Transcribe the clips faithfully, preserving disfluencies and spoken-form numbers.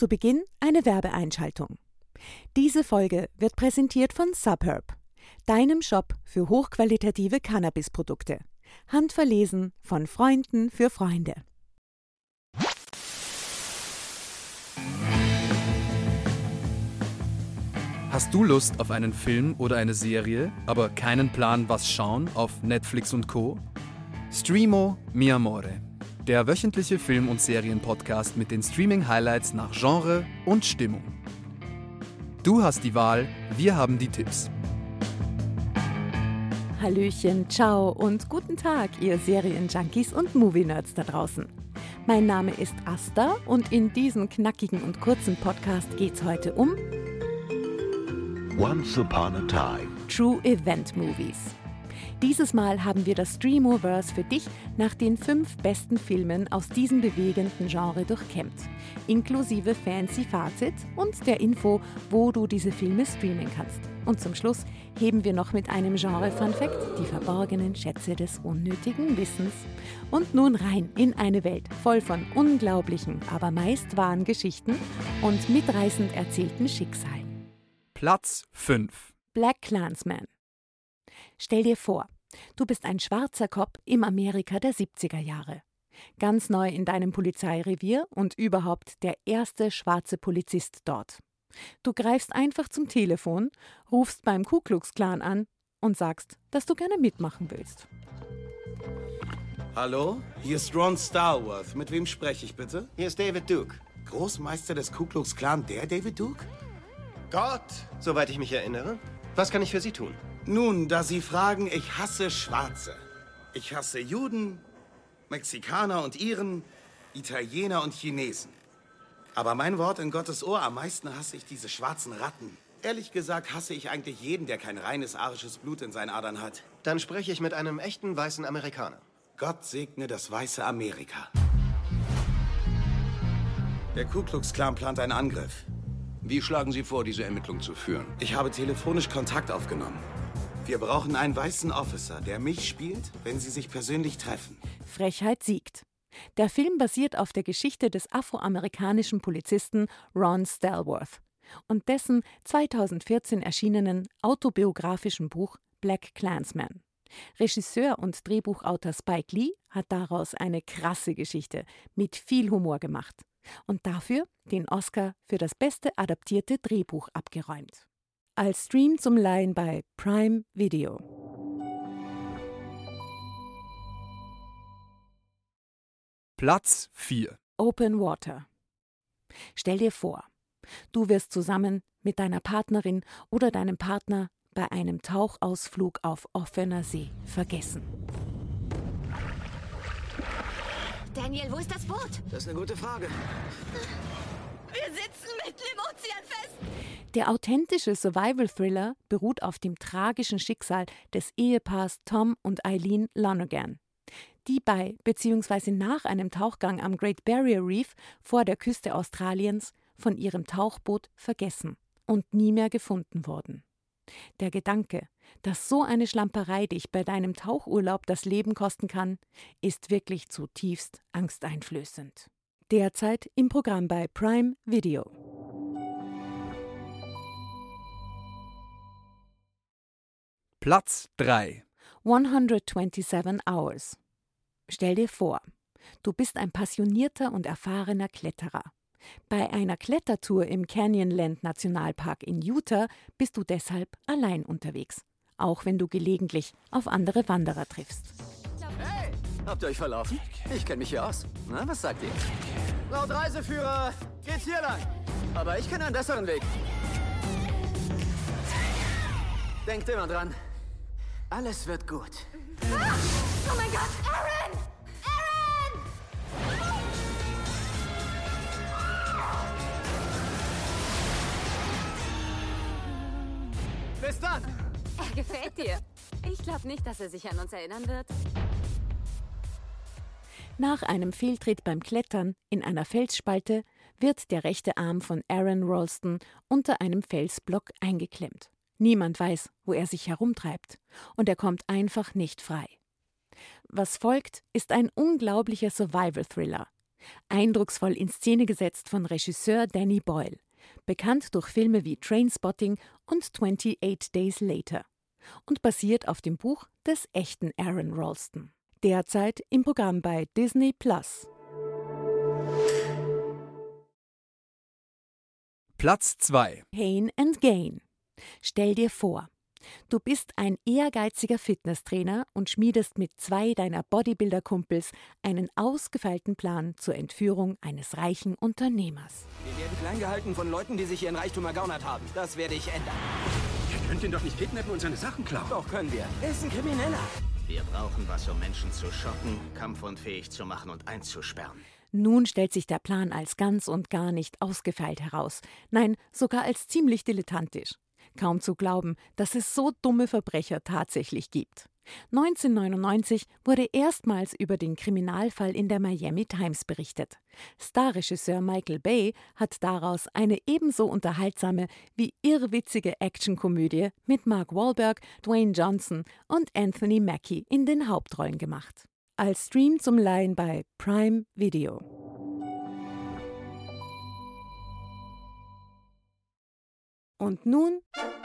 Zu Beginn eine Werbeeinschaltung. Diese Folge wird präsentiert von Subherb, deinem Shop für hochqualitative Cannabisprodukte. Handverlesen von Freunden für Freunde. Hast du Lust auf einen Film oder eine Serie, aber keinen Plan, was schauen auf Netflix und Co.? Streamo Mi Amore, der wöchentliche Film- und Serienpodcast mit den Streaming-Highlights nach Genre und Stimmung. Du hast die Wahl, wir haben die Tipps. Hallöchen, ciao und guten Tag, ihr Serien-Junkies und Movie-Nerds da draußen. Mein Name ist Asta und in diesem knackigen und kurzen Podcast geht's heute um Once Upon a Time. True Event Movies. Dieses Mal haben wir das Streamoverse für dich nach den fünf besten Filmen aus diesem bewegenden Genre durchkämmt, inklusive fancy Fazit und der Info, wo du diese Filme streamen kannst. Und zum Schluss heben wir noch mit einem Genre-Fun-Fact die verborgenen Schätze des unnötigen Wissens. Und nun rein in eine Welt voll von unglaublichen, aber meist wahren Geschichten und mitreißend erzählten Schicksalen. Platz fünf. BlacKkKlansman. Stell dir vor, du bist ein schwarzer Cop im Amerika der siebziger Jahre. Ganz neu in deinem Polizeirevier und überhaupt der erste schwarze Polizist dort. Du greifst einfach zum Telefon, rufst beim Ku Klux Klan an und sagst, dass du gerne mitmachen willst. Hallo, hier ist Ron Starworth. Mit wem spreche ich bitte? Hier ist David Duke. Großmeister des Ku Klux Klan, der David Duke? Gott! Soweit ich mich erinnere. Was kann ich für Sie tun? Nun, da Sie fragen, ich hasse Schwarze. Ich hasse Juden, Mexikaner und Iren, Italiener und Chinesen. Aber mein Wort in Gottes Ohr, am meisten hasse ich diese schwarzen Ratten. Ehrlich gesagt hasse ich eigentlich jeden, der kein reines arisches Blut in seinen Adern hat. Dann spreche ich mit einem echten weißen Amerikaner. Gott segne das weiße Amerika. Der Ku Klux Klan plant einen Angriff. Wie schlagen Sie vor, diese Ermittlung zu führen? Ich habe telefonisch Kontakt aufgenommen. Wir brauchen einen weißen Officer, der mich spielt, wenn sie sich persönlich treffen. Frechheit siegt. Der Film basiert auf der Geschichte des afroamerikanischen Polizisten Ron Starworth und dessen zweitausendvierzehn erschienenen autobiografischen Buch BlacKkKlansman. Regisseur und Drehbuchautor Spike Lee hat daraus eine krasse Geschichte mit viel Humor gemacht und dafür den Oscar für das beste adaptierte Drehbuch abgeräumt. Als Stream zum Leihen bei Prime Video. Platz vier. Open Water. Stell dir vor, du wirst zusammen mit deiner Partnerin oder deinem Partner bei einem Tauchausflug auf offener See vergessen. Daniel, wo ist das Boot? Das ist eine gute Frage. Wir sitzen mitten im Ozean fest. Der authentische Survival-Thriller beruht auf dem tragischen Schicksal des Ehepaars Tom und Eileen Lonergan, die bei bzw. nach einem Tauchgang am Great Barrier Reef vor der Küste Australiens von ihrem Tauchboot vergessen und nie mehr gefunden wurden. Der Gedanke, dass so eine Schlamperei dich bei deinem Tauchurlaub das Leben kosten kann, ist wirklich zutiefst angsteinflößend. Derzeit im Programm bei Prime Video. Platz drei. hundertsiebenundzwanzig Hours. Stell dir vor, du bist ein passionierter und erfahrener Kletterer. Bei einer Klettertour im Canyonland Nationalpark in Utah bist du deshalb allein unterwegs, auch wenn du gelegentlich auf andere Wanderer triffst. Hey, habt ihr euch verlaufen? Ich kenne mich hier aus. Na, was sagt ihr? Laut Reiseführer geht's hier lang. Aber ich kenne einen besseren Weg. Denkt immer dran. Alles wird gut. Ah! Oh mein Gott, Aaron! Aaron! Bis dann! Er gefällt dir. Ich glaube nicht, dass er sich an uns erinnern wird. Nach einem Fehltritt beim Klettern in einer Felsspalte wird der rechte Arm von Aaron Ralston unter einem Felsblock eingeklemmt. Niemand weiß, wo er sich herumtreibt, und er kommt einfach nicht frei. Was folgt, ist ein unglaublicher Survival-Thriller. Eindrucksvoll in Szene gesetzt von Regisseur Danny Boyle, bekannt durch Filme wie Trainspotting und twenty-eight Days Later und basiert auf dem Buch des echten Aaron Ralston. Derzeit im Programm bei Disney Plus. Platz zwei. Pain and Gain. Stell dir vor, du bist ein ehrgeiziger Fitnesstrainer und schmiedest mit zwei deiner Bodybuilder-Kumpels einen ausgefeilten Plan zur Entführung eines reichen Unternehmers. Wir werden klein gehalten von Leuten, die sich ihren Reichtum ergaunert haben. Das werde ich ändern. Ihr könnt ihn doch nicht kidnappen und seine Sachen klauen. Doch können wir. Er ist ein Krimineller. Wir brauchen was, um Menschen zu schocken, kampfunfähig zu machen und einzusperren. Nun stellt sich der Plan als ganz und gar nicht ausgefeilt heraus. Nein, sogar als ziemlich dilettantisch. Kaum zu glauben, dass es so dumme Verbrecher tatsächlich gibt. neunzehnhundertneunundneunzig wurde erstmals über den Kriminalfall in der Miami Times berichtet. Starregisseur Michael Bay hat daraus eine ebenso unterhaltsame wie irrwitzige Actionkomödie mit Mark Wahlberg, Dwayne Johnson und Anthony Mackie in den Hauptrollen gemacht. Als Stream zum Leihen bei Prime Video. Und nun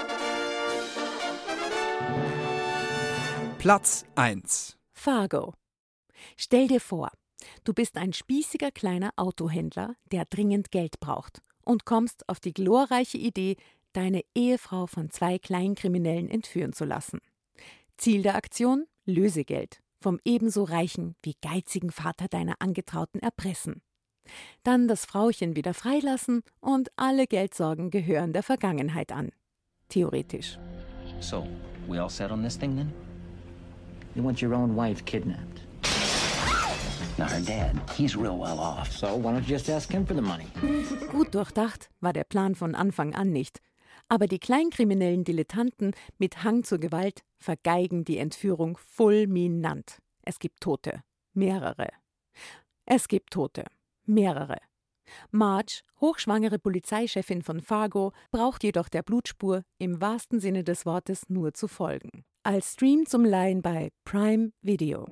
Platz eins. Fargo. Stell dir vor, du bist ein spießiger kleiner Autohändler, der dringend Geld braucht und kommst auf die glorreiche Idee, deine Ehefrau von zwei Kleinkriminellen entführen zu lassen. Ziel der Aktion? Lösegeld vom ebenso reichen wie geizigen Vater deiner Angetrauten erpressen. Dann das Frauchen wieder freilassen und alle Geldsorgen gehören der Vergangenheit an. Theoretisch. So, we all set on this thing then? You want your own wife kidnapped. Now her dad, he's real well off, so why don't you just ask him for the money? Gut durchdacht war der Plan von Anfang an nicht. Aber die kleinkriminellen Dilettanten mit Hang zur Gewalt vergeigen die Entführung fulminant. Es gibt Tote. Mehrere. Es gibt Tote. Mehrere. Marge, hochschwangere Polizeichefin von Fargo, braucht jedoch der Blutspur im wahrsten Sinne des Wortes nur zu folgen. Als Stream zum Leihen bei Prime Video.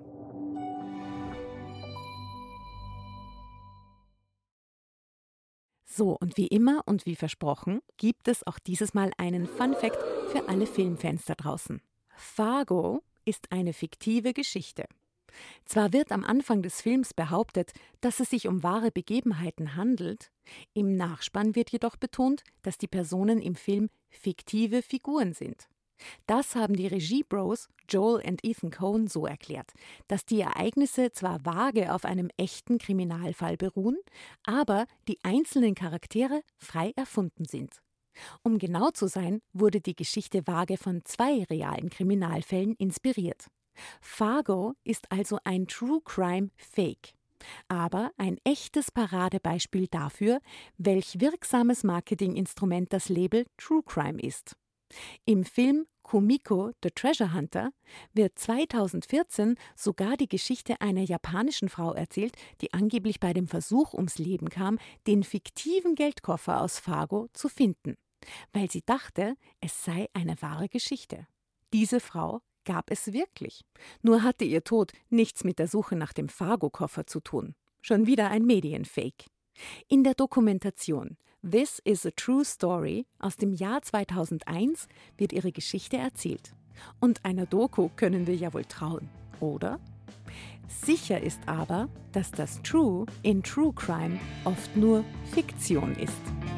So, und wie immer und wie versprochen, gibt es auch dieses Mal einen Fun-Fact für alle Filmfans da draußen. Fargo ist eine fiktive Geschichte. Zwar wird am Anfang des Films behauptet, dass es sich um wahre Begebenheiten handelt, im Nachspann wird jedoch betont, dass die Personen im Film fiktive Figuren sind. Das haben die Regie-Bros Joel und Ethan Coen so erklärt, dass die Ereignisse zwar vage auf einem echten Kriminalfall beruhen, aber die einzelnen Charaktere frei erfunden sind. Um genau zu sein, wurde die Geschichte vage von zwei realen Kriminalfällen inspiriert. Fargo ist also ein True Crime Fake, aber ein echtes Paradebeispiel dafür, welch wirksames Marketinginstrument das Label True Crime ist. Im Film Kumiko, The Treasure Hunter, wird zweitausendvierzehn sogar die Geschichte einer japanischen Frau erzählt, die angeblich bei dem Versuch ums Leben kam, den fiktiven Geldkoffer aus Fargo zu finden, weil sie dachte, es sei eine wahre Geschichte. Diese Frau gab es wirklich. Nur hatte ihr Tod nichts mit der Suche nach dem Fargo-Koffer zu tun. Schon wieder ein Medienfake. In der Dokumentation This is a True Story aus dem Jahr zweitausendeins wird ihre Geschichte erzählt. Und einer Doku können wir ja wohl trauen, oder? Sicher ist aber, dass das True in True Crime oft nur Fiktion ist.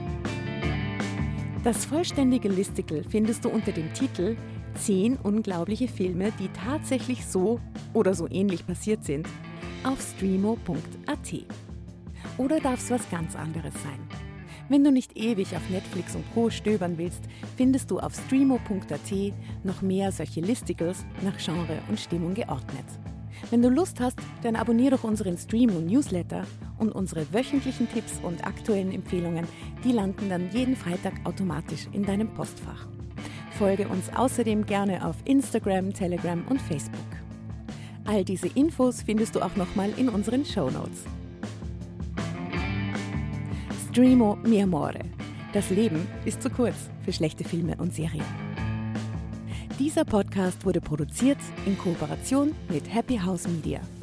Das vollständige Listicle findest du unter dem Titel zehn unglaubliche Filme, die tatsächlich so oder so ähnlich passiert sind, auf streamo punkt a t. Oder darf es was ganz anderes sein? Wenn du nicht ewig auf Netflix und Co. stöbern willst, findest du auf streamo punkt a t noch mehr solche Listicles nach Genre und Stimmung geordnet. Wenn du Lust hast, dann abonnier doch unseren Streamo-Newsletter und unsere wöchentlichen Tipps und aktuellen Empfehlungen, die landen dann jeden Freitag automatisch in deinem Postfach. Folge uns außerdem gerne auf Instagram, Telegram und Facebook. All diese Infos findest du auch nochmal in unseren Shownotes. Streamo mi amore. Das Leben ist zu kurz für schlechte Filme und Serien. Dieser Podcast wurde produziert in Kooperation mit Happy House Media.